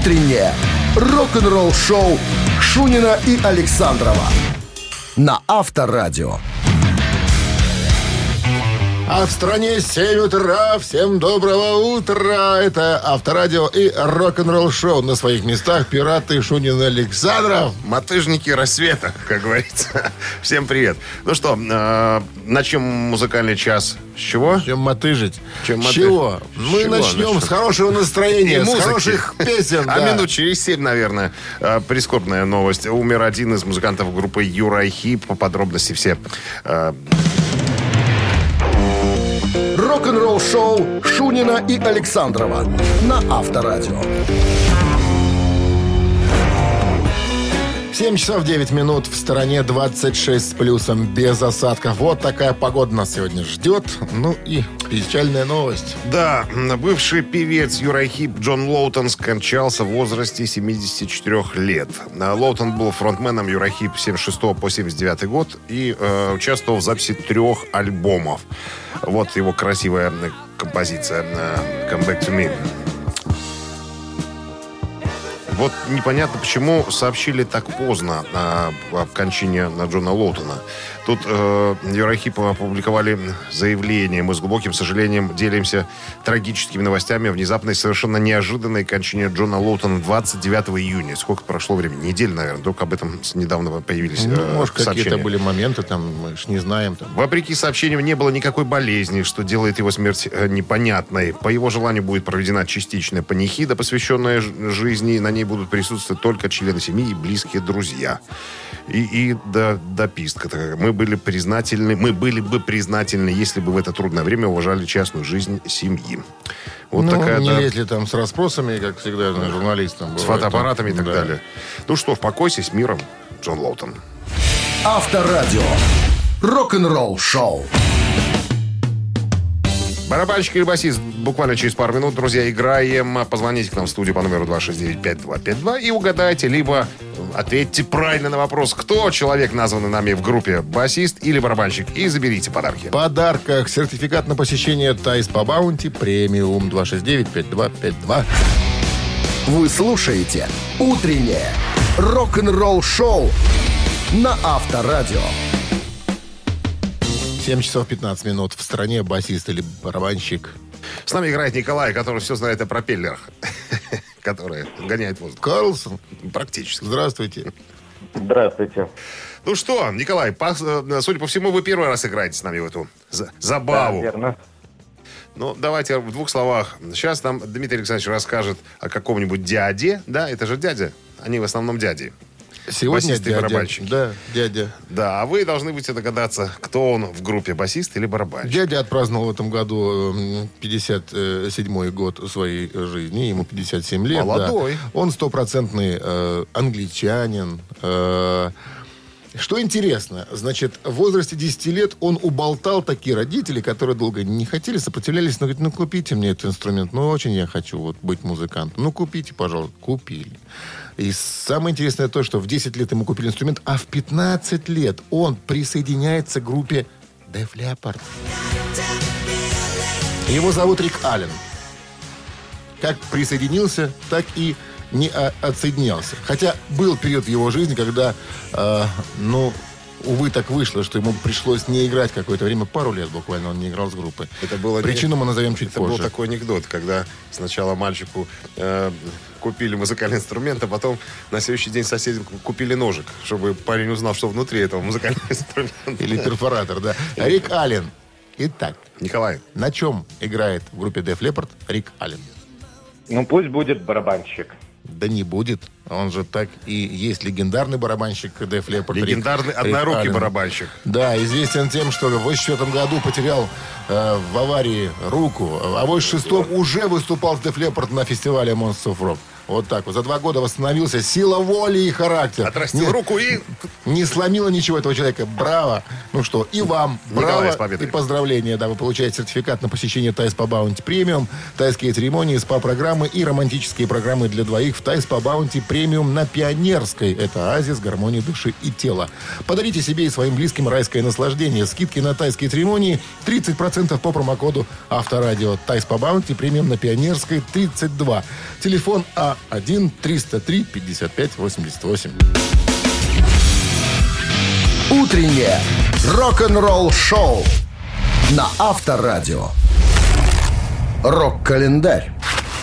Утреннее рок-н-ролл-шоу Шунина и Александрова на Авторадио. А в стране 7 утра. Всем доброго утра. Это Авторадио и рок-н-ролл шоу. На своих местах пираты Шунин и Александров. Мотыжники рассвета, как говорится. Всем привет. Ну что, начнем музыкальный час. С чего? Чем мотыжить? Чем С чего? Мы начнем с хорошего настроения, с хороших песен. А минут через 7, наверное, прискорбная новость. Умер один из музыкантов группы Юрай Хип. Подробности все. Рок-н-ролл-шоу Шунина и Александрова на Авторадио. 7 часов 9 минут. В стороне 26 с плюсом, без осадков. Вот такая погода нас сегодня ждет. Ну и печальная новость. Да, бывший певец Юрай Хип Джон Лоутон скончался в возрасте 74 лет. Лоутон был фронтменом Юрай Хип с 76 по 79 год и участвовал в записи 3 альбомов. Вот его красивая композиция «Come Back to Me». Вот непонятно, почему сообщили так поздно о кончине Джона Лоутона. Тут Юрай Хип опубликовали заявление. Мы с глубоким сожалением делимся трагическими новостями о внезапной, совершенно неожиданной кончине Джона Лоутона 29 июня. Сколько прошло времени? Неделя, наверное. Только об этом недавно появились может, сообщения. какие-то были моменты, там, мы ж не знаем. Там. Вопреки сообщениям, не было никакой болезни, что делает его смерть непонятной. По его желанию будет проведена частичная панихида, посвященная жизни. На ней будут присутствовать только члены семьи и близкие друзья. И дописка. Мы были бы признательны, если бы в это трудное время уважали частную жизнь семьи. Вот такая, не лезли там с расспросами, как всегда, журналистам. С фотоаппаратами и так далее. Ну что ж, покойся с миром, Джон Лоутон. Авторадио. Рок-н-ролл-шоу. Барабанщик или басист буквально через пару минут, друзья, играем. Позвоните к нам в студию по номеру 269-5252 и угадайте, либо ответьте правильно на вопрос, кто человек, названный нами в группе, басист или барабанщик, и заберите подарки. В подарках сертификат на посещение Тайс по Баунти премиум 269-5252. Вы слушаете «Утреннее рок-н-ролл-шоу» на Авторадио. 7 часов 15 минут. В стране басист или барабанщик. С нами играет Николай, который все знает о пропеллерах, которые гоняют воздух. Карлсон. Практически. Здравствуйте. Здравствуйте. Ну что, Николай, судя по всему, вы первый раз играете с нами в эту забаву. Да, верно. Ну, давайте в 2 словах. Сейчас нам Дмитрий Александрович расскажет о каком-нибудь дяде. Да, это же дядя. Они в основном дяди. Сегодня басист и барабанщик. Да, дядя. Да, а вы должны будете догадаться, кто он в группе, басист или барабанщик. Дядя отпраздновал в этом году 57-й год своей жизни. Ему 57 лет. Молодой. Да. Он стопроцентный англичанин. Что интересно, значит, в возрасте 10 лет он уболтал такие родители, которые долго не хотели, сопротивлялись, но говорит, купите мне этот инструмент, очень я хочу быть музыкантом, купите, пожалуйста. Купили. И самое интересное то, что в 10 лет ему купили инструмент, а в 15 лет он присоединяется к группе Def Leppard. Его зовут Рик Аллен. Как присоединился, так и не отсоединялся. Хотя был период в его жизни, когда, увы, так вышло, что ему пришлось не играть какое-то время, пару лет буквально он не играл с группой. Причину мы назовем чуть позже. Это был такой анекдот, когда сначала мальчику купили музыкальный инструмент, а потом на следующий день соседям купили ножик, чтобы парень узнал, что внутри этого музыкального инструмента. Или перфоратор, да. Рик Аллен. Итак, Николай. На чем играет в группе Def Leppard Рик Аллен? Пусть будет барабанщик. Да не будет. Он же так и есть легендарный барабанщик Def Leppard. Легендарный однорукий барабанщик. Да, известен тем, что в 1984 году потерял в аварии руку. А в 1986 уже выступал с Def Leppard на фестивале Monsters of Rock. Вот так вот. За 2 года восстановился. Сила воли и характер. Отрастил руку и... Не сломило ничего этого человека. Браво. Ну что, и вам браво и поздравления. Да, вы получаете сертификат на посещение Тайс по Баунти премиум, тайские церемонии, СПА-программы и романтические программы для двоих в Тайс по Баунти премиум на Пионерской. Это оазис гармонии души и тела. Подарите себе и своим близким райское наслаждение. Скидки на тайские церемонии 30% по промокоду Авторадио. Тайс по Баунти премиум на Пионерской 32. Телефон 1-303-55-88. Утреннее рок-н-ролл-шоу на Авторадио. Рок-календарь.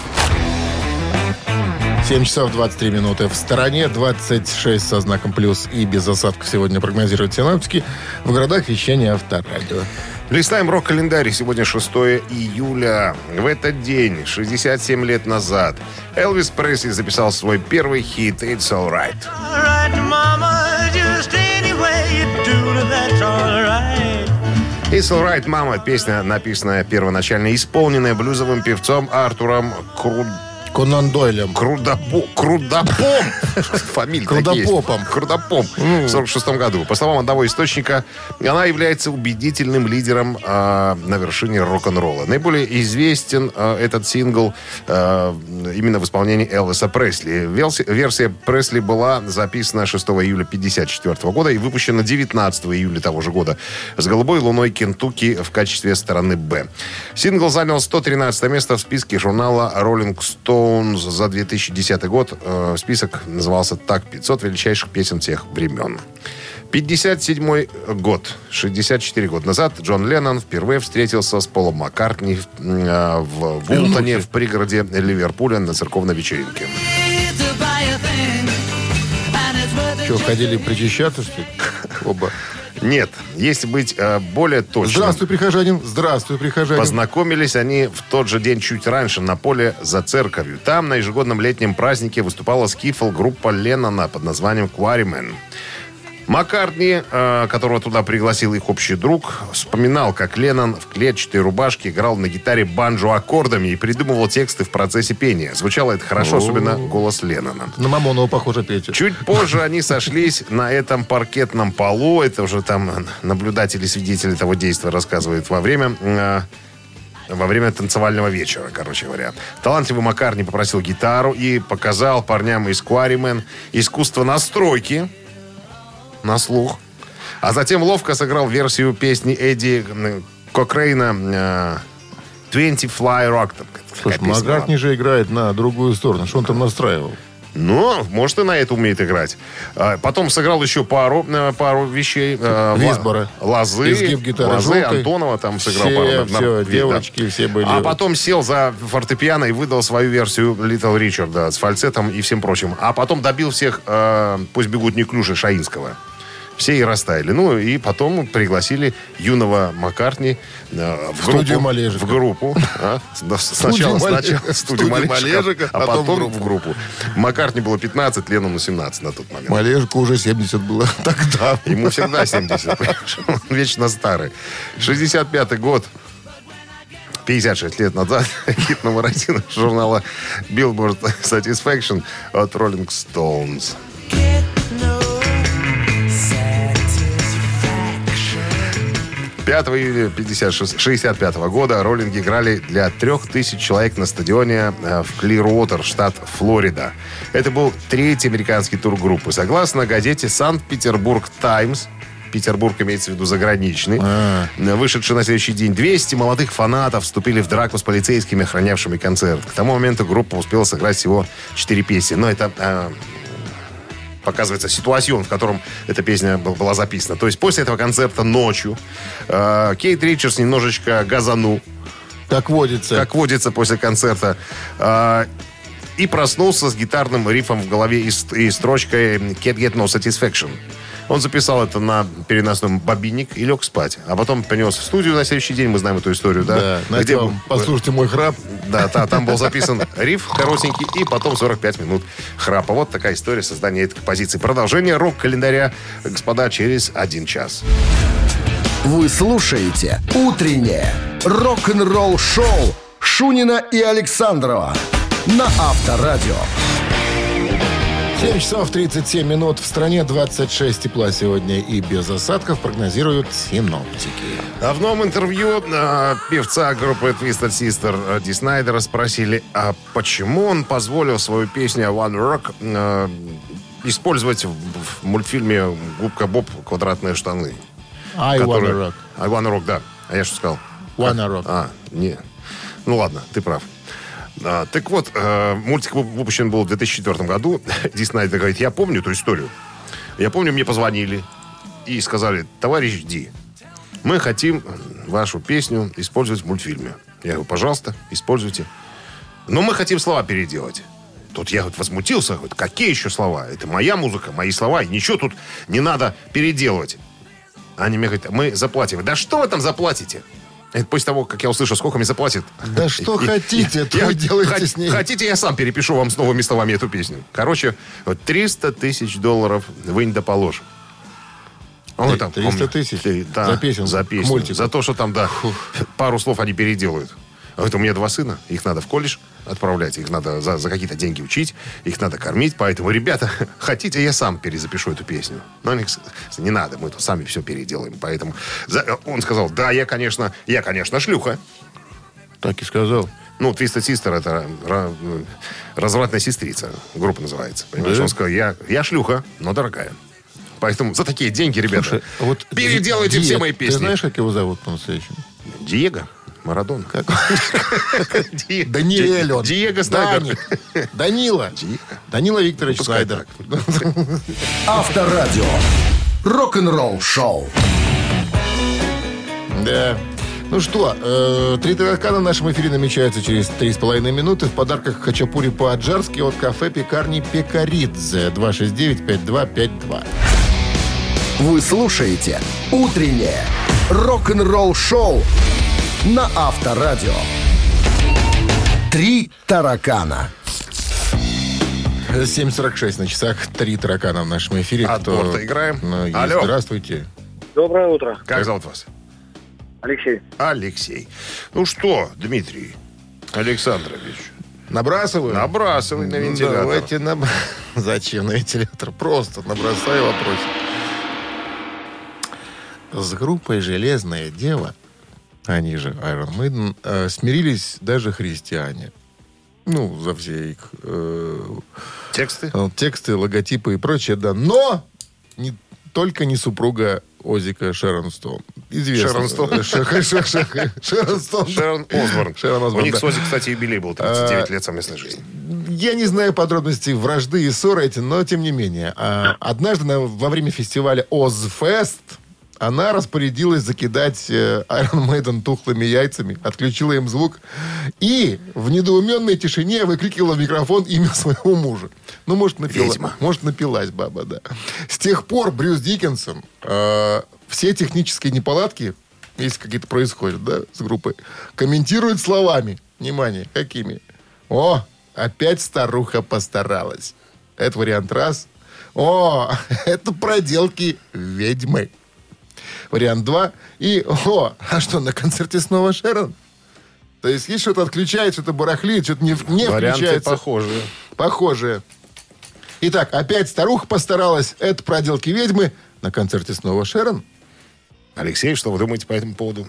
7 часов 23 минуты. В стороне 26 со знаком плюс и без осадков сегодня прогнозируют синоптики. В городах вещания Авторадио. Листаем рок-календарь. Сегодня 6 июля. В этот день, 67 лет назад, Элвис Пресли записал свой первый хит «It's All Right». «It's All Right, Mama» — песня, написанная первоначально, исполненная блюзовым певцом Артуром Конан Дойлем. Крудопом. Фамилия Крудопопом. Крудопом. В 1946 году. По словам одного источника, она является убедительным лидером на вершине рок-н-ролла. Наиболее известен этот сингл именно в исполнении Элвиса Пресли. Версия Пресли была записана 6 июля 1954 года и выпущена 19 июля того же года с «Голубой луной Кентукки» в качестве стороны «Б». Сингл занял 113 место в списке журнала Rolling Stone за 2010 год. Список назывался так: 500 величайших песен тех времен. 57 год. 64 года назад Джон Леннон впервые встретился с Полом Маккартни в Вултоне, в пригороде Ливерпуля, на церковной вечеринке. Что, ходили причащаться, что ли? Оба. Нет, если быть более точным. Здравствуй, прихожанин. Здравствуй, прихожанин. Познакомились они в тот же день чуть раньше на поле за церковью. Там на ежегодном летнем празднике выступала скифл-группа Леннона под названием «Quarrymen». Маккартни, которого туда пригласил их общий друг, вспоминал, как Леннон в клетчатой рубашке играл на гитаре банджо аккордами и придумывал тексты в процессе пения. Звучало это хорошо, особенно голос Леннона. На Мамонова похоже петь. Чуть позже они сошлись на этом паркетном полу. Это уже там наблюдатели, свидетели того действия рассказывают во время танцевального вечера, короче говоря. Талантливый Маккартни попросил гитару и показал парням из Quarrymen искусство настройки на слух. А затем ловко сыграл версию песни Эдди Кокрейна «20 Fly Rock». Слушай, Маккартни же играет на другую сторону. Что он там настраивал? Ну, может, и на это умеет играть. Потом сыграл еще пару вещей. Висбора. Лозы. Изгиб гитары Лозы, желтой. Антонова там сыграл пару. Девочки все были. А потом сел за фортепиано и выдал свою версию Литл Ричарда с фальцетом и всем прочим. А потом добил всех «Пусть бегут неклюши» Шаинского. Все и растаяли. Ну, и потом пригласили юного Маккартни в группу. Сначала в студию Малежика, а потом в группу. Маккартни было 15, Леннону 17 на тот момент. Малежику уже 70 было тогда. Ему всегда 70. Он вечно старый. 65-й год. 56 лет назад хит номер 1 журнала Billboard Satisfaction от Rolling Stones. 5 июля 1965 года роллинги играли для 3000 человек на стадионе в Клирвотер, штат Флорида. Это был третий американский тур группы. Согласно газете «Санкт-Петербург Таймс», Петербург имеется в виду заграничный, вышедший на следующий день, 200 молодых фанатов вступили в драку с полицейскими, охранявшими концерт. К тому моменту группа успела сыграть всего 4 песни. Но это... показывается ситуацион, в котором эта песня была записана. То есть после этого концерта ночью Кейт Ричардс немножечко газанул. Как водится. Как водится после концерта. И проснулся с гитарным рифом в голове и строчкой «Can't get no satisfaction». Он записал это на переносной бобинник и лег спать. А потом принес в студию на следующий день. Мы знаем эту историю, да? Где послушайте мой храп. Да, там был записан риф коротенький и потом 45 минут храпа. Вот такая история создания этой композиции. Продолжение рок-календаря, господа, через 1 час. Вы слушаете «Утреннее рок-н-ролл-шоу» Шунина и Александрова на Авторадио. 7 часов 37 минут. В стране 26 тепла сегодня и без осадков, прогнозируют синоптики. А в новом интервью певца группы Twisted Sister Ди Снайдера спросили, а почему он позволил свою песню «One Rock» использовать в мультфильме «Губка Боб. Квадратные штаны». I Wanna Rock. I Wanna Rock, да. А я что сказал? Wanna Rock. Не. Ну ладно, ты прав. Так вот, мультик выпущен был в 2004 году. Ди Снайдер говорит, я помню эту историю. Я помню, мне позвонили и сказали, товарищ Ди, мы хотим вашу песню использовать в мультфильме. Я говорю, пожалуйста, используйте. Но мы хотим слова переделать. Тут я возмутился. Говорю, какие еще слова? Это моя музыка, мои слова. И ничего тут не надо переделывать. Они мне говорят, мы заплатим. Да что вы там заплатите? Это после того, как я услышал, сколько мне заплатят. Да что хотите, то вы делаете с ней. Хотите, я сам перепишу вам с новыми словами эту песню. Короче, вот $300 000 вынь да положь. 300 тысяч? Да, за песню? За песню. Мультик. За то, что там, да, пару слов они переделают. Вот у меня 2 сына, их надо в колледж отправлять, их надо за какие-то деньги учить, их надо кормить, поэтому, ребята, хотите, я сам перезапишу эту песню. Но они, не надо, мы тут сами все переделаем. Поэтому он сказал, да, я, конечно, шлюха. Так и сказал. Ну, Twisted Sister это развратная сестрица, группа называется. Понимаешь, Да? он сказал, я шлюха, но дорогая. Поэтому за такие деньги, ребята, Слушай, вот переделайте все мои песни. Ты знаешь, как его зовут по-настоящему? Диего Марадона. Как? Даниэль он. Диего Снайдер. Данила. Данила Викторович Пускай Снайдер. Авторадио. Рок-н-ролл шоу. Да. Ну что, 3 таракана в нашем эфире намечаются через 3,5 минуты. В подарках хачапури по-аджарски от кафе-пекарни Пекаридзе. 269-5252. Вы слушаете «Утреннее рок-н-ролл-шоу» на Авторадио. 3 таракана. 7:46 на часах. 3 таракана в нашем эфире. От борта играем. Алло. Здравствуйте. Доброе утро. Как зовут вас? Алексей. Алексей. Ну что, Дмитрий Александрович, Набрасываю? набрасывай на вентилятор. Давайте Зачем на вентилятор? Просто набросаю вопросик. С группой «Железное Дева», они же Iron Maiden, смирились даже христиане. Ну, за все их Тексты? логотипы и прочее, да. Но только не супруга Оззика Шерон Стоун. Известно. Шерон Стоун. Шерон Осборн. У них да. с Оззи, кстати, юбилей был 39 лет совместной жизни. Я не знаю подробностей вражды и ссоры эти, но тем не менее. Однажды во время фестиваля Озфест она распорядилась закидать Iron Maiden тухлыми яйцами, отключила им звук и в недоуменной тишине выкрикивала в микрофон имя своего мужа. Ну, может, напилась баба, да. С тех пор Брюс Диккенсон все технические неполадки, если какие-то происходят, да, с группой, комментирует словами. Внимание, какими? О, опять старуха постаралась. Это вариант раз. О, это проделки ведьмы. Вариант 2. И, а что, на концерте снова Шерон? То есть, есть что-то отключает, что-то барахлит, что-то не Варианты включается. Похожие. Итак, опять старуха постаралась. Это проделки ведьмы. На концерте снова Шерон. Алексей, что вы думаете по этому поводу?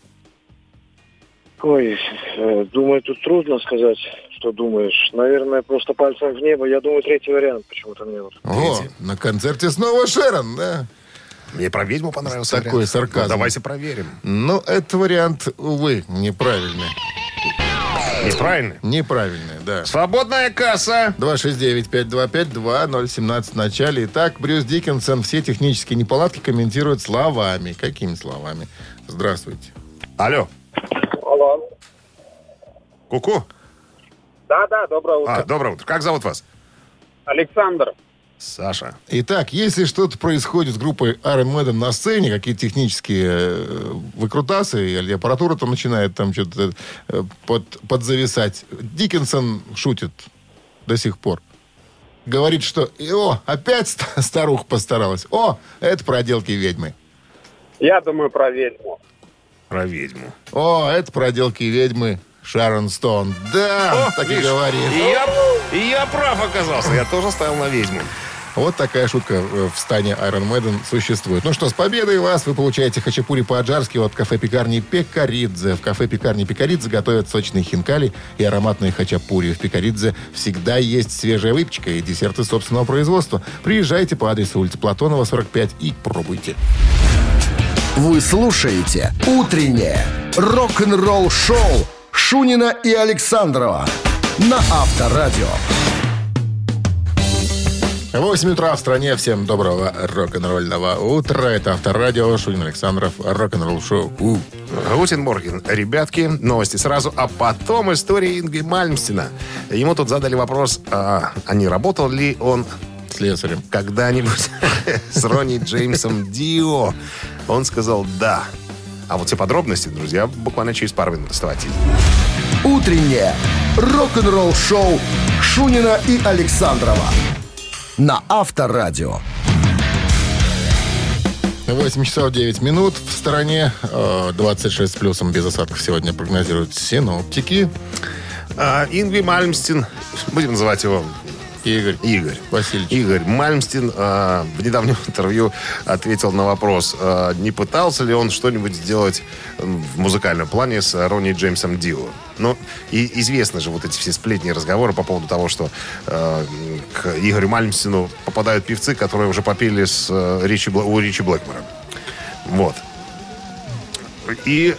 Ой, думаю, тут трудно сказать, что думаешь. Наверное, просто пальцем в небо. Я думаю, 3-й вариант почему-то мне вот. На концерте снова Шерон, да. Мне про ведьму понравился Такой вариант. сарказм. Ну, давайте проверим. Но этот вариант, увы, неправильный. Неправильно? Неправильный, да. Свободная касса. 269-525-2017 в начале. Итак, Брюс Диккенсон все технические неполадки комментирует словами. Какими словами? Здравствуйте. Алло. Алло. Ку-ку. Да, доброе утро. Доброе утро. Как зовут вас? Александр. Саша. Итак, если что-то происходит с группой Iron Maiden на сцене, какие-то технические выкрутасы, или аппаратура там начинает там что-то подзависать, Диккенсон шутит до сих пор. Говорит, что опять старуха постаралась. Это проделки ведьмы. Я думаю про ведьму. Про ведьму. Это проделки ведьмы Шерон Стоун. Да, так и говорит. И я прав оказался. Я тоже ставил на ведьму. Вот такая шутка в стане Iron Maiden существует. Ну что, с победой вас! Вы получаете хачапури по-аджарски от кафе-пекарни Пекаридзе. В кафе-пекарни Пекаридзе готовят сочные хинкали и ароматные хачапури. В Пекаридзе всегда есть свежая выпечка и десерты собственного производства. Приезжайте по адресу улицы Платонова, 45 и пробуйте. Вы слушаете «Утреннее рок-н-ролл-шоу» Шунина и Александрова на Авторадио. 8 утра в стране. Всем доброго рок-н-ролльного утра. Это Авторадио. Шунин Александров. Рок-н-ролл шоу. Гутен Морген. Ребятки, новости сразу, а потом история Ингви Мальмстена. Ему тут задали вопрос, а не работал ли он Слесарем. когда-нибудь с Ронни Джеймсом Дио. Он сказал «да». А вот все подробности, друзья, буквально через пару минут. Оставайтесь. Утреннее рок-н-ролл-шоу Шунина и Александрова на Авторадио. 8 часов 9 минут. В стороне 26 с плюсом без осадков сегодня прогнозируют синоптики. Ингви Мальмстен, будем называть его Игорь Васильевич. Игорь Мальмстен в недавнем интервью ответил на вопрос, не пытался ли он что-нибудь сделать в музыкальном плане с Ронни Джеймсом Дио. Ну, и известны же вот эти все сплетни и разговоры по поводу того, что к Игорю Мальмстену попадают певцы, которые уже попели у Ричи Блэкмора. Вот. И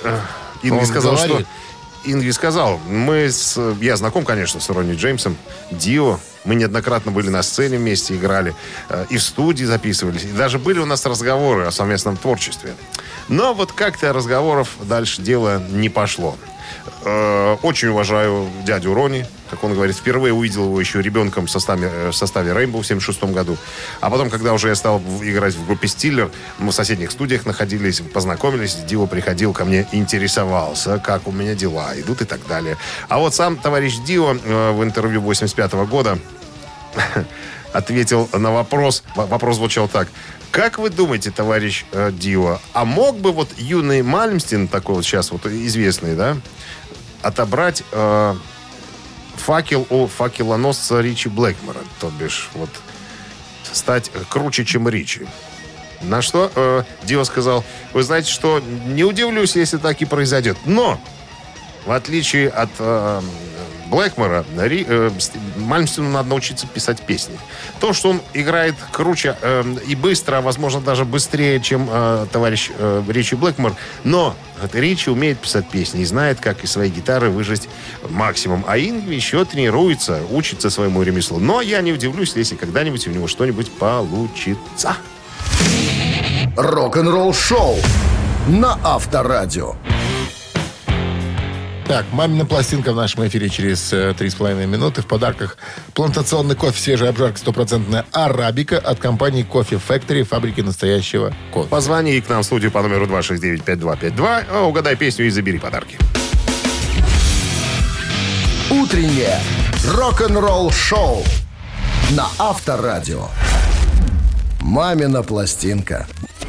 Ингви сказал, я знаком, конечно, с Ронни Джеймсом Дио. Мы неоднократно были на сцене вместе, играли, и в студии записывались. И даже были у нас разговоры о совместном творчестве. Но вот как-то разговоров дальше дело не пошло. Очень уважаю дядю Ронни. Как он говорит, впервые увидел его еще ребенком в составе Rainbow в 1976 году. А потом, когда уже я стал играть в группе Stiller, мы в соседних студиях находились, познакомились. Дио приходил ко мне, интересовался, как у меня дела идут и так далее. А вот сам товарищ Дио в интервью 1985 года ответил на вопрос. Вопрос звучал так. Как вы думаете, товарищ Дио, а мог бы вот юный Мальмстен, такой вот сейчас вот известный, да, отобрать факел у факелоносца Ричи Блэкмора, то бишь вот стать круче, чем Ричи? На что Дио сказал, вы знаете что, не удивлюсь, если так и произойдет, но в отличие от Блэкмора, Мальмстену надо научиться писать песни. То, что он играет круче и быстро, возможно, даже быстрее, чем товарищ Ричи Блэкмор, но Ричи умеет писать песни и знает, как из своей гитары выжать максимум. А Ингви еще тренируется, учится своему ремеслу. Но я не удивлюсь, если когда-нибудь у него что-нибудь получится. Рок-н-ролл-шоу на Авторадио. Так, мамина пластинка в нашем эфире через 3,5 минуты. В подарках плантационный кофе, свежая обжарка, стопроцентная арабика от компании Coffee Factory, фабрики настоящего кофе. Позвони к нам в студию по номеру 269-5252. Угадай песню и забери подарки. Утреннее рок-н-ролл-шоу на Авторадио. Мамина пластинка.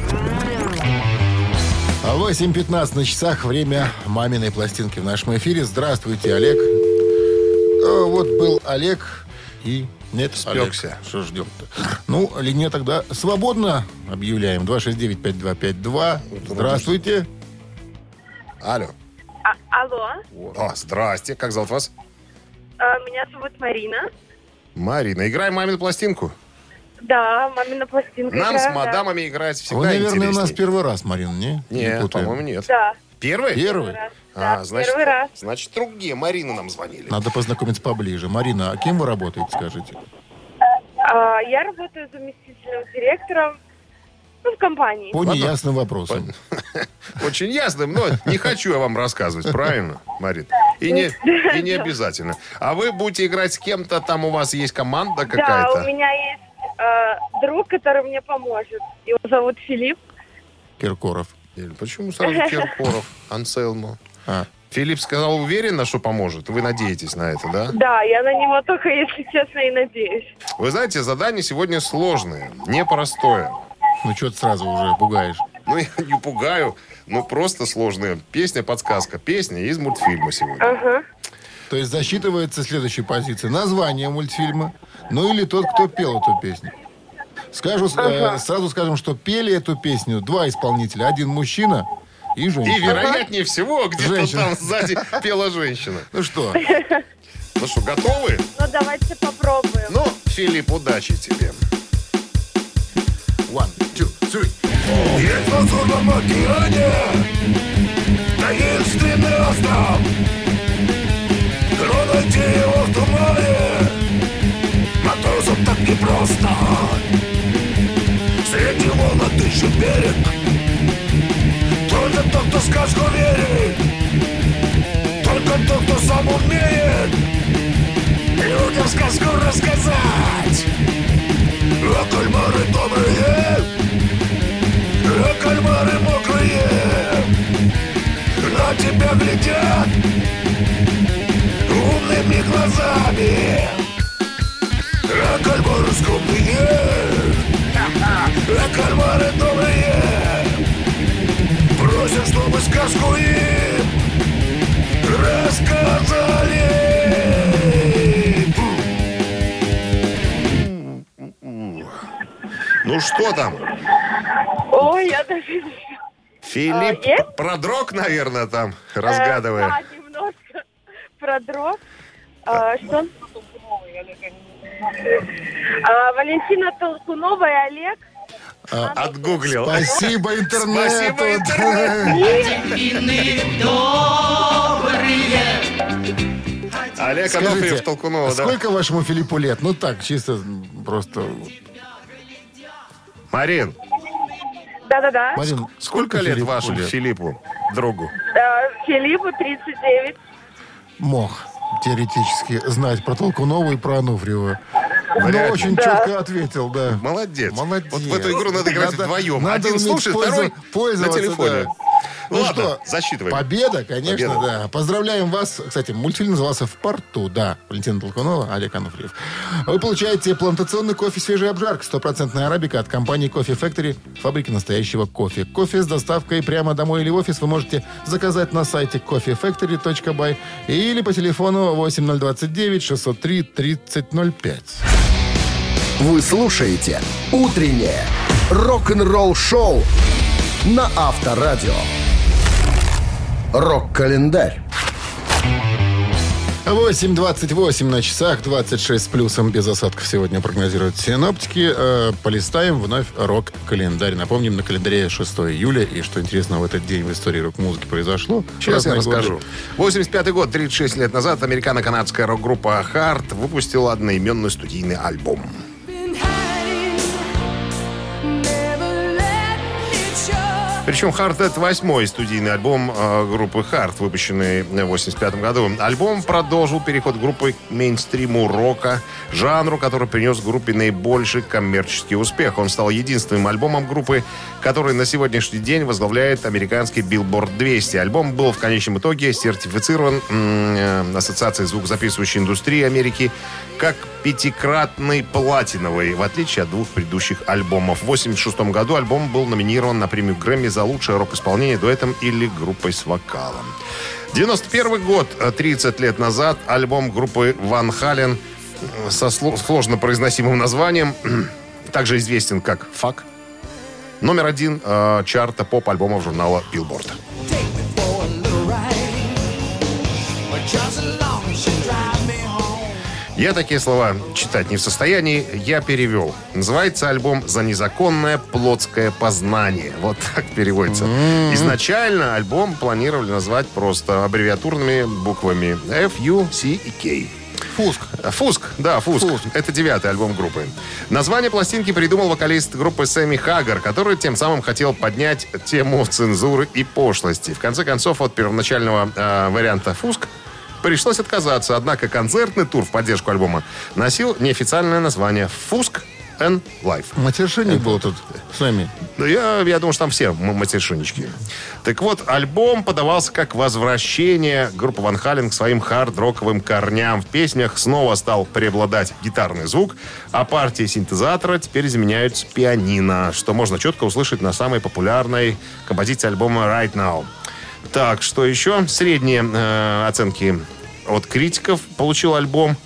8:15 на часах. Время маминой пластинки в нашем эфире. Здравствуйте, Олег. Вот был Олег и... Нет, спекся. Олег. Что ждем-то? Ну, линия тогда свободно. Объявляем. 269-5252. Здравствуйте. Алло. Алло. Здрасте. Как зовут вас? Меня зовут Марина. Марина. Играем мамину пластинку? Да, мамина пластинка. Нам играю, с мадамами играть всегда Вы, наверное, интересней. у нас первый раз, Марина, не? Нет, по-моему, нет. Да. Первый? Первый? Раз. А, Да, значит, первый раз. Значит, другие Марины нам звонили. Надо познакомиться поближе. Марина, а кем вы работаете, скажите? Я работаю заместителем директором в компании. По неясным вопросам. Очень ясным, но не хочу я вам рассказывать, правильно, Марин? И не обязательно. А вы будете играть с кем-то, там у вас есть команда какая-то? Да, у меня есть друг, который мне поможет. Его зовут Филипп. Киркоров. Почему сразу Киркоров, Анселмо? Филипп сказал уверенно, что поможет. Вы надеетесь на это, да? Да, я на него только, если честно, и надеюсь. Вы знаете, задание сегодня сложное, непростое. Ну, что ты сразу уже пугаешь? Ну, я не пугаю, но просто сложная. Песня-подсказка. Песня из мультфильма сегодня. Ага. То есть засчитывается следующей позиции. Название мультфильма, ну или тот, кто пел эту песню. Сразу скажем, что пели эту песню два исполнителя. Один мужчина и женщина. И, вероятнее всего, где-то там сзади пела женщина. Ну что? Ну что, готовы? Ну, давайте попробуем. Ну, Филипп, удачи тебе. 1, 2, 3. Есть в Лазурном океане таинственный остров. Но найти его ищет берег. Только тот, кто в сказку верит, только тот, кто сам умеет людям сказку рассказать. А кальмары добрые, а кальмары мокрые на тебя глядят умными глазами. А кальмары скромные, а кальмары добрые просят, чтобы сказку им рассказали. Ну что там? Ой, я даже... Филипп есть? продрог, наверное, там, разгадывая. Да, немножко продрог. Что? Валентина Толкунова и Олег. Отгуглил. Спасибо интернету. Спасибо интернету. Олег Анофриев, Толкунова, да. сколько вашему Филиппу лет? Ну так, чисто просто... Марин, Да-да-да. Марин, сколько лет Филиппу вашему Филиппу, другу? Филиппу 39. Мог теоретически знать про Толкунову и про Ануфриева. Вряд Но ли. очень четко ответил, да. Молодец. Молодец. Вот в эту игру надо играть вдвоем. Надо Один уметь слушает, второй на пользоваться, телефоне. да. Ну Ну ладно, что, засчитываем. Победа, конечно, Победа. да. Поздравляем вас. Кстати, мультфильм назывался «В порту», да. Валентина Толкунова, Олег Анофриев. Вы получаете плантационный кофе «Свежий обжарка», 100% арабика от компании Coffee Factory, фабрики настоящего кофе. Кофе с доставкой прямо домой или в офис вы можете заказать на сайте coffeefactory.by или по телефону 8029 603 3005. Вы слушаете «Утреннее рок-н-ролл-шоу» на Авторадио. Рок-календарь. 8:28 на часах, 26 с плюсом, без осадков сегодня прогнозируют синоптики. Полистаем вновь рок-календарь. Напомним, на календаре 6 июля. И что интересно, в этот день в истории рок-музыки произошло. Сейчас я Разные расскажу. годы. 85-й год, 36 лет назад, американо-канадская рок-группа Heart выпустила одноименный студийный альбом. Причем Heart — это 8-й студийный альбом группы Heart, выпущенный в 85 году. Альбом продолжил переход группы к мейнстриму рока, жанру, который принес группе наибольший коммерческий успех. Он стал единственным альбомом группы, который на сегодняшний день возглавляет американский Billboard 200. Альбом был в конечном итоге сертифицирован Ассоциацией звукозаписывающей индустрии Америки как 5-кратный платиновый, в отличие от 2 предыдущих альбомов. В 1986 году альбом был номинирован на премию Грэмми за лучшее рок-исполнение дуэтом или группой с вокалом. 91 год, 30 лет назад, альбом группы Ван Хален со сложно произносимым названием, также известен как «Fuck», номер 1 чарта поп-альбомов журнала Billboard. Я такие слова читать не в состоянии, я перевел. Называется альбом «За незаконное плотское познание». Вот так переводится. Изначально альбом планировали назвать просто аббревиатурными буквами F, U, C и K. Фуск. Фуск, да, Фуск. Это 9-й альбом группы. Название пластинки придумал вокалист группы Сэмми Хаггар, который тем самым хотел поднять тему цензуры и пошлости. В конце концов, от первоначального варианта «Фуск» пришлось отказаться. Однако концертный тур в поддержку альбома носил неофициальное название «Фуск and Live». Матершинник был тут с вами. Ну, я думаю, что там все матершиннички. Так вот, альбом подавался как возвращение группы Ван Хален к своим хард-роковым корням. В песнях снова стал преобладать гитарный звук, а партии синтезатора теперь заменяются пианино, что можно четко услышать на самой популярной композиции альбома «Right Now». Так, что еще? Средние оценки от критиков получил альбом,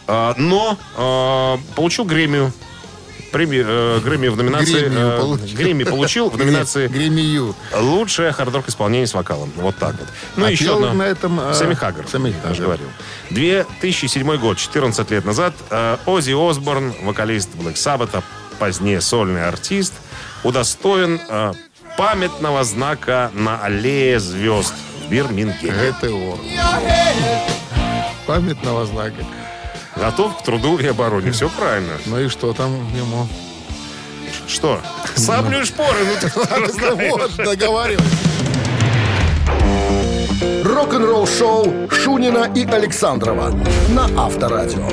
но получил Грэмми. Грэмми в номинации... Грэмми получил в номинации Грэмми-ю. «Лучшее хард-рок исполнение с вокалом». Вот так вот. Ну, А еще пел одно. на этом... Сэмми Хаггар. Сэмми Я же Хаггар. говорил. 2007 год, 14 лет назад, Оззи Осборн, вокалист Black Sabbath, позднее сольный артист, удостоен памятного знака на аллее звезд в Бирмингеме. Это он. Памятного знака. Готов к труду и обороне. Все правильно. Ну и что там ему? Что? Саблю и шпоры. Ну, ты Вот, договаривай. Рок-н-ролл-шоу Шунина и Александрова на Авторадио.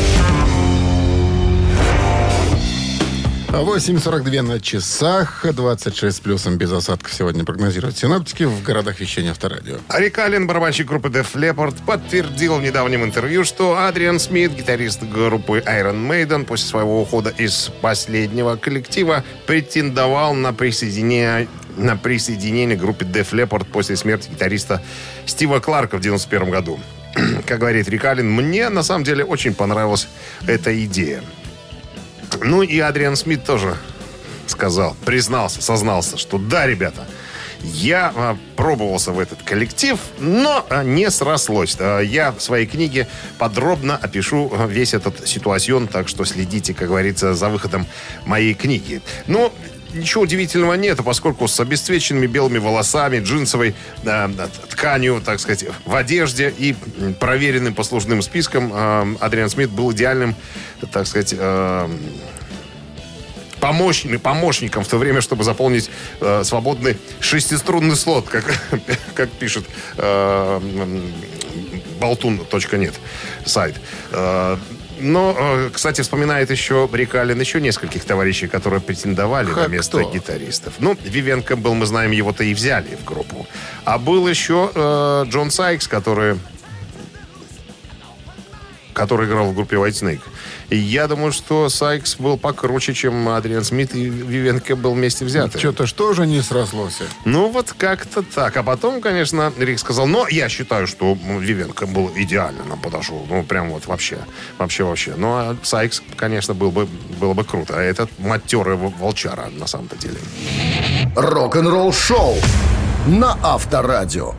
8:42 на часах, 26 с плюсом без осадков сегодня прогнозируют синоптики в городах вещания Авторадио. Рик Аллен, барабанщик группы Def Leppard, подтвердил в недавнем интервью, что Адриан Смит, гитарист группы Iron Maiden, после своего ухода из последнего коллектива претендовал на присоединение к группе Def Leppard после смерти гитариста Стива Кларка в 1991 году. Как говорит Рик Аллен, мне на самом деле очень понравилась эта идея. Ну и Адриан Смит тоже сознался, что да, ребята, я пробовался в этот коллектив, но не срослось. Я в своей книге подробно опишу весь этот ситуацион, так что следите, как говорится, за выходом моей книги. Ну, ничего удивительного нет, поскольку с обесцвеченными белыми волосами, джинсовой тканью, так сказать, в одежде и проверенным послужным списком Адриан Смит был идеальным, так сказать, помощником в то время, чтобы заполнить свободный шестиструнный слот, как пишет болтун.нет сайт. Но, кстати, вспоминает еще Рик Аллен еще нескольких товарищей, которые претендовали на место гитаристов. Ну, Вивен Кэмпбелл, мы знаем, его-то и взяли в группу. А был еще Джон Сайкс, который играл в группе White Snake. И я думаю, что Сайкс был покруче, чем Адриан Смит и Вивен Кэмпбелл вместе взяты. Что-то что же не срослось? Ну, вот как-то так. А потом, конечно, Рик сказал, но я считаю, что Вивен Кэмпбелл идеально нам подошел. Ну, прям вот вообще. Ну, а Сайкс, конечно, было бы круто. А этот матерый волчара, на самом-то деле. Рок-н-ролл-шоу на Авторадио.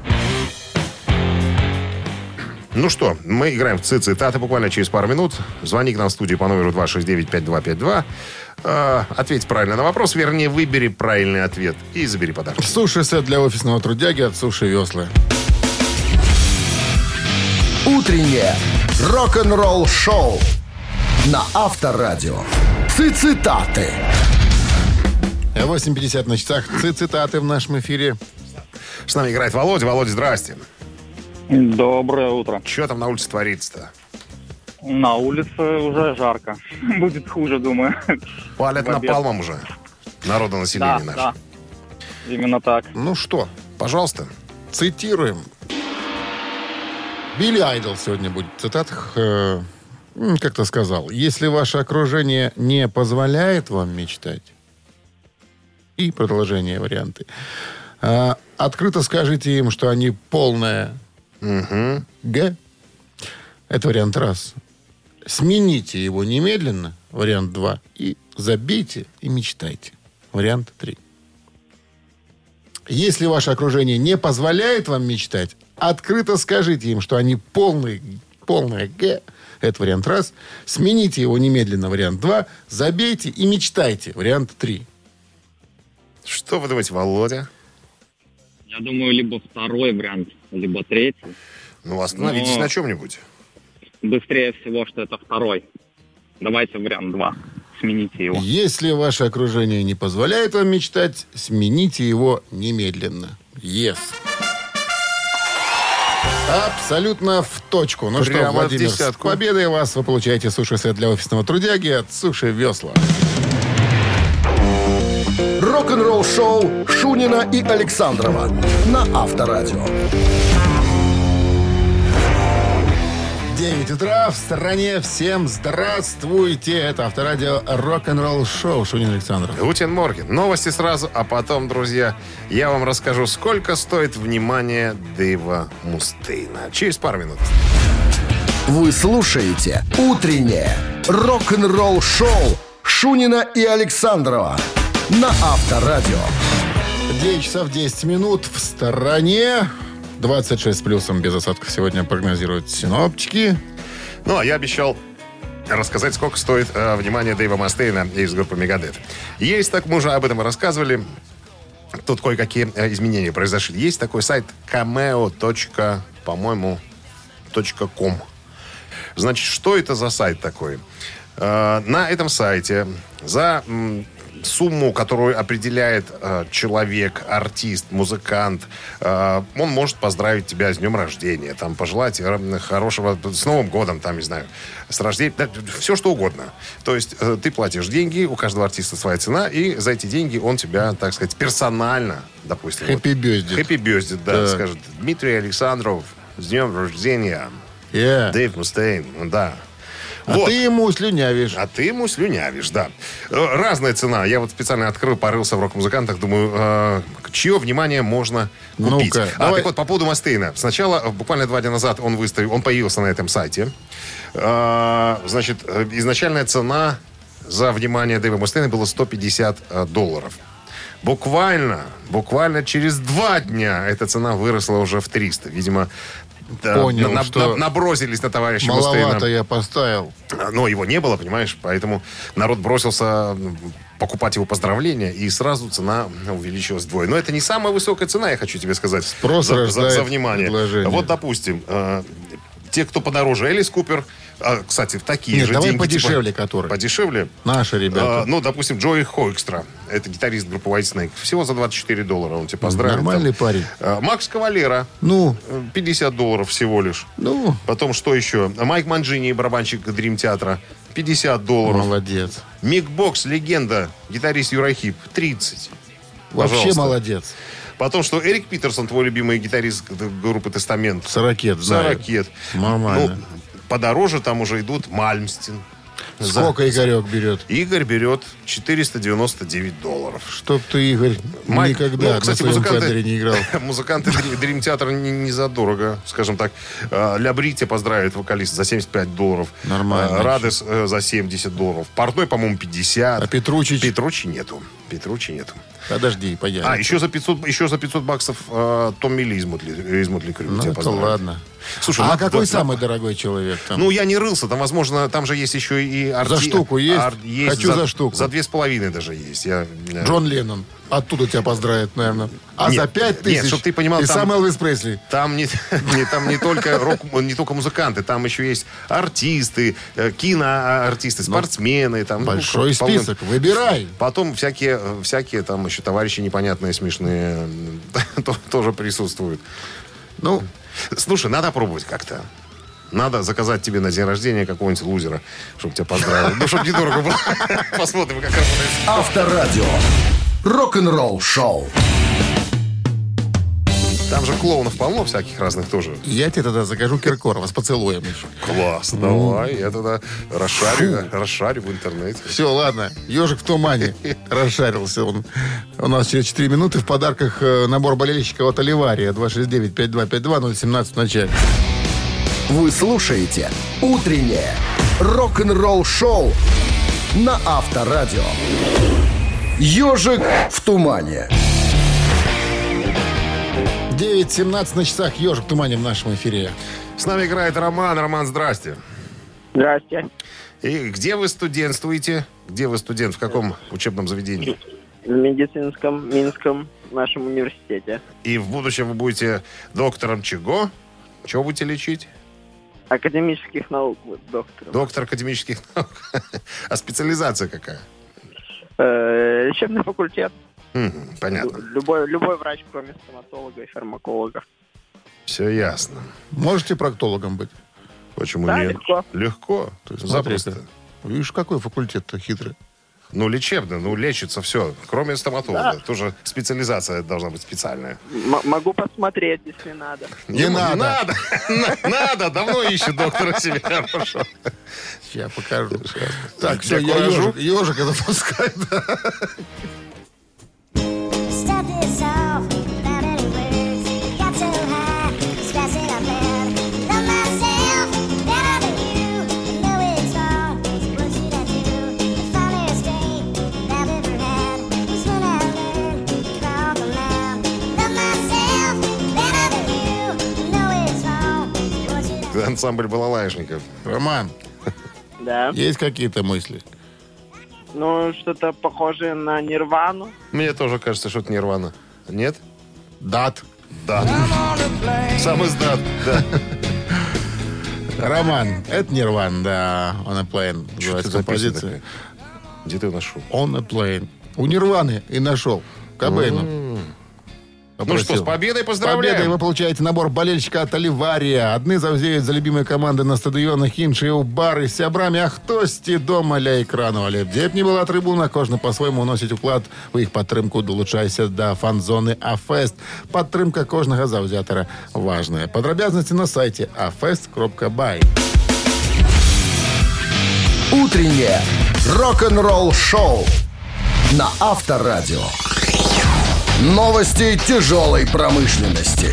Ну что, мы играем в цитаты буквально через пару минут. Звони к нам в студию по номеру 269-5252. Ответь правильно на вопрос, вернее, выбери правильный ответ и забери подарок. Суши-сет для офисного трудяги от Суши Весла. Утреннее рок-н-ролл-шоу на Авторадио. Цитаты. 8:50 на часах. Цитаты в нашем эфире. С нами играет Володя. Володя, здрасте. Доброе утро. Что там на улице творится-то? На улице уже жарко. Будет хуже, думаю. Палят напалмом уже народонаселение наше. Да, именно так. Ну что, пожалуйста, цитируем. Билли Айдол сегодня будет в цитатах. Как-то сказал, если ваше окружение не позволяет вам мечтать, и продолжение варианты, открыто скажите им, что они полная Г. Это вариант раз. Смените его немедленно, вариант 2, и забейте и мечтайте, вариант 3. Если ваше окружение не позволяет вам мечтать, открыто скажите им, что они полная Г. Это вариант раз. Смените его немедленно, вариант 2. Забейте и мечтайте, вариант 3. Что вы думаете, Володя? Я думаю, либо второй вариант, либо третий. Ну, остановитесь на чем-нибудь. Быстрее всего, что это второй. Давайте вариант 2. Смените его. Если ваше окружение не позволяет вам мечтать, смените его немедленно. Yes. Абсолютно в точку. Ну прямо что, Владимир, с победой вас. Вы получаете суши-сет для офисного трудяги от Суши Весла. Рок-н-ролл-шоу Шунина и Александрова на Авторадио. 9 утра в стране. Всем здравствуйте. Это Авторадио рок-н-ролл-шоу Шунин Александров. Гутен Морген. Новости сразу, а потом, друзья, я вам расскажу, сколько стоит внимание Дэйва Мустейна. Через пару минут. Вы слушаете «Утреннее рок-н-ролл-шоу» Шунина и Александрова на Авторадио. 9 часов 10 минут в стороне. 26 с плюсом без осадков сегодня прогнозируют синоптики. Ну, а я обещал рассказать, сколько стоит внимание Дэйва Мустейна из группы Megadeth. Есть, так мы уже об этом и рассказывали. Тут кое-какие изменения произошли. Есть такой сайт cameo.com. Значит, что это за сайт такой? На этом сайте за сумму, которую определяет человек, артист, музыкант. Он может поздравить тебя с днем рождения, там, пожелать хорошего, с Новым годом, там, не знаю, с рождением, да, все что угодно. То есть ты платишь деньги, у каждого артиста своя цена, и за эти деньги он тебя, так сказать, персонально, допустим... Happy birthday. Happy birthday, да, скажет. Дмитрий Александров, с днем рождения. Дэйв Мустейн, да. А вот. Ты ему слюнявишь. Да. Разная цена. Я вот специально открыл, порылся в рок-музыкантах, думаю, чье внимание можно купить. Ну-ка, так вот, по поводу Мустейна. Сначала, буквально 2 дня назад, он появился на этом сайте. Значит, изначальная цена за внимание Дэйва Мустейна была $150. Буквально через 2 дня эта цена выросла уже в 300. Видимо, понял, что набросились на товарища Мустейна. Маловато я поставил. Но его не было, понимаешь, поэтому народ бросился покупать его поздравления, и сразу цена увеличилась вдвое. Но это не самая высокая цена, я хочу тебе сказать, Спрос за внимание. Предложение. Вот, допустим, те, кто подороже, Элис Купер, кстати, в такие же давай деньги. Подешевле, которые. Подешевле? Наши ребята. Допустим, Джои Хоэкстра. Это гитарист группы White Snake. Всего за $24 он тебя поздравит. Нормальный парень. Макс Кавалера. $50 всего лишь. Потом что еще? Майк Манджини, барабанщик Дрим Театра. $50. Молодец. Мик Бокс, легенда, гитарист Юрахип. 30. Вообще Пожалуйста. молодец. Потом, что Эрик Питерсон, твой любимый гитарист группы Тестамент. Сорокет, знаю. Нормально. Подороже там уже идут Мальмстин. Сколько Игорек берет? Игорь берет $499. Чтоб ты, Игорь, никогда на своем кадре не играл. Музыканты Дрим Театра не задорого, скажем так. Ля Бритти поздравит вокалист за $75. Нормально. Радес за $70. Портной, по-моему, 50. А Петручич? Петручи нету. Подожди, пойдем. Еще за $500 Томми Ли из Мотли Крю. Это ладно. Слушай, какой самый дорогой человек там? Я не рылся. Там, возможно, там же есть еще и... За штуку есть? Хочу за штуку. За 2,5 даже есть. Джон Леннон. Оттуда тебя поздравит, наверное. За 5 тысяч? Нет, чтобы ты понимал, и сам Элвис Пресли. Там не только рок, не только музыканты. Там еще есть артисты, киноартисты, спортсмены. Там, большой список. Выбирай. Потом всякие там еще товарищи непонятные, смешные тоже присутствуют. Слушай, надо пробовать как-то. Надо заказать тебе на день рождения какого-нибудь лузера, чтобы тебя поздравили. Чтобы недорого было. Посмотрим, как работает. Авторадио. Рок-н-ролл шоу. Там же клоунов полно всяких разных тоже. Я тебе тогда закажу Киркорова с поцелуем еще. Класс, давай. Я тогда расшарю в интернете. Все, ладно. Ежик в тумане. Расшарился он. У нас через 4 минуты в подарках набор болельщика от Оливария. 269-5252-017 в начале. Вы слушаете «Утреннее рок-н-ролл-шоу» на Авторадио. «Ежик в тумане». 9:17 на часах. «Ежик в тумане» в нашем эфире. С нами играет Роман. Роман, здрасте. Здрасте. И где вы студентствуете? Где вы студент? В каком учебном заведении? В медицинском Минском нашем университете. И в будущем вы будете доктором чего? Чего будете лечить? Академических наук доктором. Доктор академических наук. А специализация какая? Лечебный факультет. Понятно. Любой врач, кроме стоматолога и фармаколога. Все ясно. Можете проктологом быть? Почему да, нет? Легко. Легко? То есть запросто. Видишь, какой факультет-то хитрый. Лечебно, лечится все. Кроме стоматолога. Да. Тоже специализация должна быть специальная. Могу посмотреть, если надо. Не надо. Надо. Давно ищу доктора себе хорошего. Сейчас покажу. Так, все, Я я куражу. ежика запускаю. Start this off without any words. Got so high, stressing out loud. Love myself better than you. I know it's wrong, so what should I do? The funniest day I've ever had was when I learned to crawl around. Love myself better than you. I know it's wrong, so what should I do? Ансамбль балалайшников. Роман, Да. есть какие-то мысли? Что-то похожее на Нирвану. Мне тоже кажется, что это Нирвана. Нет? Дат. Да. Сам издат. Да. Роман, это Нирвана, да. On a Plane. Что это Называется за песня композиция. такая? Где ты ее нашел? On a Plane. У Нирваны и нашел. Кобейну. Ну что, с победой поздравляем. Победой вы получаете набор болельщика от Оливария. Одни завзеют за любимые команды на стадионах, іншие у бары з сябрами, а хтось дома ля екрану. Але де б не була трибуна, кожна по-своєму вносить уклад у їх підтримку. Долучайся до фан-зони АФЕСТ. Підтримка кожного завзятора важна. Подробязности на сайте afest.by. Утреннее рок-н-ролл-шоу на Авторадио. Новости тяжелой промышленности.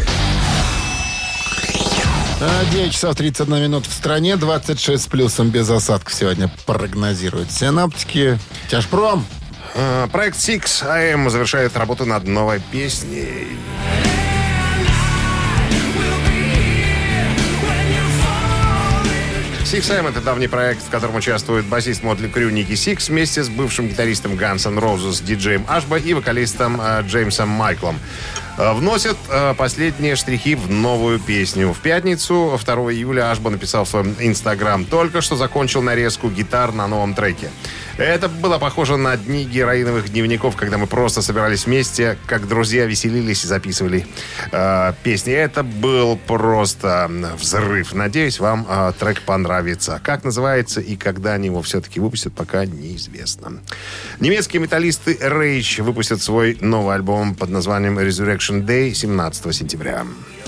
9 часов 31 минут в стране, 26 с плюсом без осадков сегодня прогнозируют синаптики. Тяжпром. Проект 6AM завершает работу над новой песней. Six AM — это давний проект, в котором участвует басист Мотли Крю Ники Сикс вместе с бывшим гитаристом Guns N' Roses диджеем Ашба и вокалистом Джеймсом Майклом. Вносят последние штрихи в новую песню. В пятницу, 2 июля, Ашба написал в своем Инстаграм: «Только что закончил нарезку гитар на новом треке. Это было похоже на дни героиновых дневников, когда мы просто собирались вместе, как друзья, веселились и записывали песни. Это был просто взрыв. Надеюсь, вам трек понравится. Как называется и когда они его все-таки выпустят, пока неизвестно». Немецкие металлисты Rage выпустят свой новый альбом под названием Resurrection Day 17 сентября.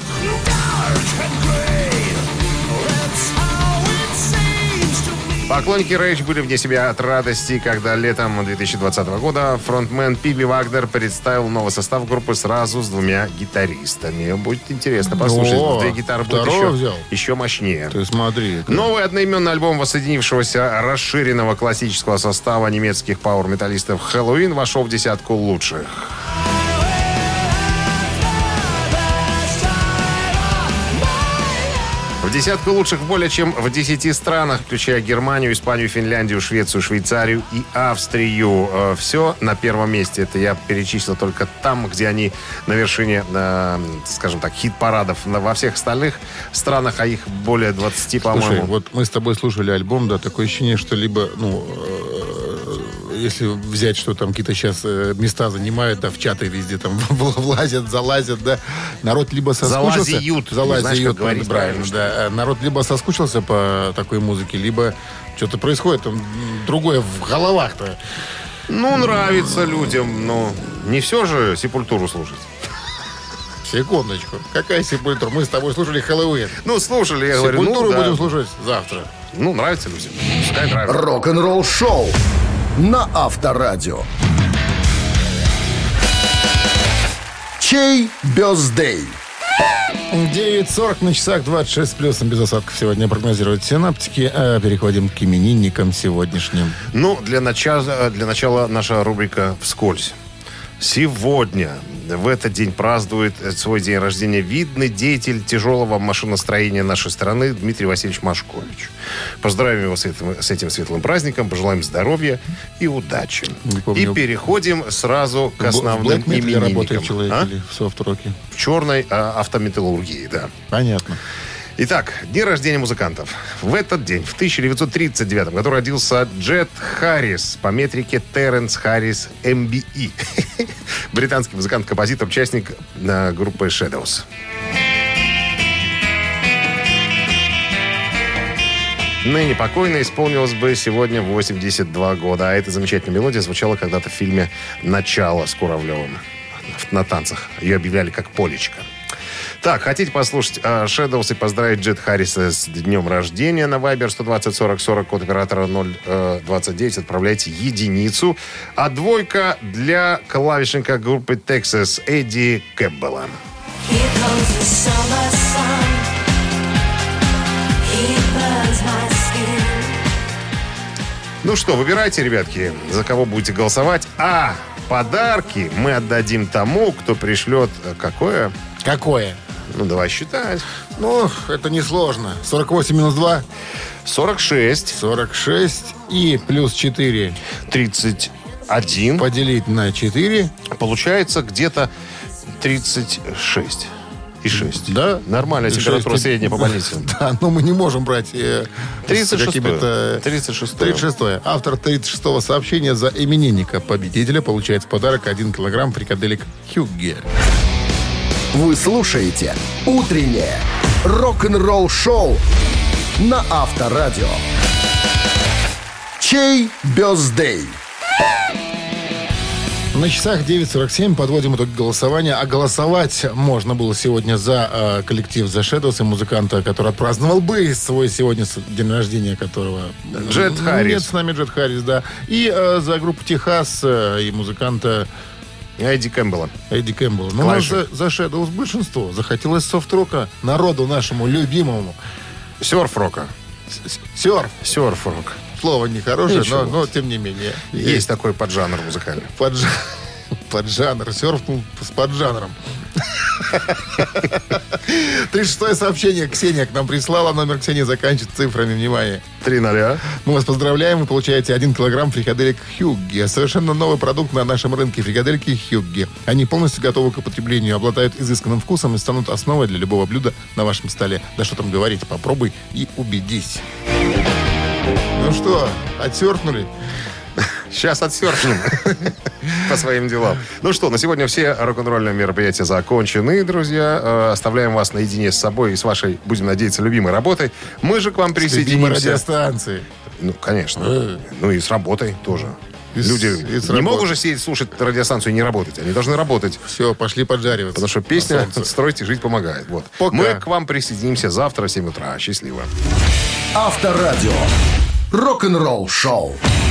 Поклонники Rage были вне себя от радости, когда летом 2020 года фронтмен Пиби Вагнер представил новый состав группы сразу с двумя гитаристами. Будет интересно послушать. Две гитары будут еще мощнее. Ты смотри. Новый одноименный альбом воссоединившегося расширенного классического состава немецких пауэр-металлистов Helloween вошел в десятку лучших. В десятку лучших более чем в 10 странах, включая Германию, Испанию, Финляндию, Швецию, Швейцарию и Австрию. Все на первом месте. Это я перечислил только там, где они на вершине, скажем так, хит-парадов. Во всех остальных странах, а их более 20, по-моему. Слушай, вот мы с тобой слушали альбом, да, такое ощущение, что либо, если взять, что там какие-то сейчас места занимают, да, в чаты везде там влазят, залазят, да, народ либо соскучился... Залазят, правильно, да. Народ либо соскучился по такой музыке, либо что-то происходит там другое в головах-то. Ну, нравится людям, но не все же Сепультуру слушать. Секундочку. Какая Сепультура? Мы с тобой слушали Хэллоуин. Ну, слушали, я говорю. Сепультуру будем слушать завтра. Ну, нравится людям. Пускай нравится. Рок-н-ролл-шоу на Авторадио. Чей бёздей? 9:40 на часах, 26 с плюсом без осадков сегодня прогнозируют синаптики. Переходим к именинникам сегодняшним. Ну, для начала наша рубрика «Вскользь». Сегодня, в этот день, празднует свой день рождения видный деятель тяжелого машиностроения нашей страны Дмитрий Васильевич Машкович. Поздравим его с этим светлым праздником, пожелаем здоровья и удачи. И переходим сразу к основным именинникам. Работает человек или в софт-роке? В черной автометаллургии, да. Понятно. Итак, дни рождения музыкантов. В этот день, в 1939 году, родился Джет Харрис по метрике Терренс Харрис MBE. Британский музыкант-композитор, участник группы Shadows. Ныне покойно исполнилось бы сегодня 82 года. А эта замечательная мелодия звучала когда-то в фильме «Начало» с Куравлевым. На танцах. Ее объявляли как «Полечка». Так, хотите послушать Shadows и поздравить Джет Харриса с днем рождения? На Viber 120 40 40, код оператора 029, отправляйте единицу. А двойка для клавишника группы Texas Эдди Кэпбелла. Ну что, выбирайте, ребятки, за кого будете голосовать. А подарки мы отдадим тому, кто пришлет... Какое? Какое? Ну, давай считать. Ну, это несложно. 48 минус 2. 46. 46 и плюс 4. 31. Поделить на 4. Получается где-то 36. 36,6. Да? Нормальная температура средняя по больнице. Да, но мы не можем брать 36-е. 36-е. Автор 36-го сообщения за именинника победителя получает в подарок 1 килограмм фрикаделек Хюгге. Вы слушаете «Утреннее рок-н-ролл-шоу» на Авторадио. Чей бёздей? На часах 9:47 подводим итог голосования. А голосовать можно было сегодня за коллектив The Shadows и музыканта, который отпраздновал бы свой сегодня день рождения, которого... Джет Харрис. Нет, с нами Джет Харрис, да. И за группу Техас и музыканта... Эдди Кэмпбелла. Ну, у нас за Shadows большинство. Захотелось софт-рока народу нашему любимому. Серф-рока. Серф. Серф-рок. Слово нехорошее, но тем не менее. Есть такой поджанр музыкальный. Поджанр. Серф с поджанром. 36-е сообщение Ксения к нам прислала. Номер Ксении заканчивается цифрами. Внимание. 3-0. Мы вас поздравляем. Вы получаете 1 килограмм фрикаделек Хюгге. Совершенно новый продукт на нашем рынке. Фрикадельки Хюгге. Они полностью готовы к употреблению, обладают изысканным вкусом и станут основой для любого блюда на вашем столе. Да что там говорить, попробуй и убедись. Ну что, отсерфнули? Сейчас отсерфнем по своим делам. Ну что, на сегодня все рок-н-ролльные мероприятия закончены, друзья. Оставляем вас наедине с собой и с вашей, будем надеяться, любимой работой. Мы же к вам присоединимся. Любимой радиостанции. Ну, конечно. Ну и с работой тоже. Люди не могут же сидеть, слушать радиостанцию и не работать. Они должны работать. Все, пошли поджариваться. Потому что песня «Строить и жить» помогает. Вот. Пока. Мы к вам присоединимся завтра в 7 утра. Счастливо. Авторадио. Рок-н-ролл шоу.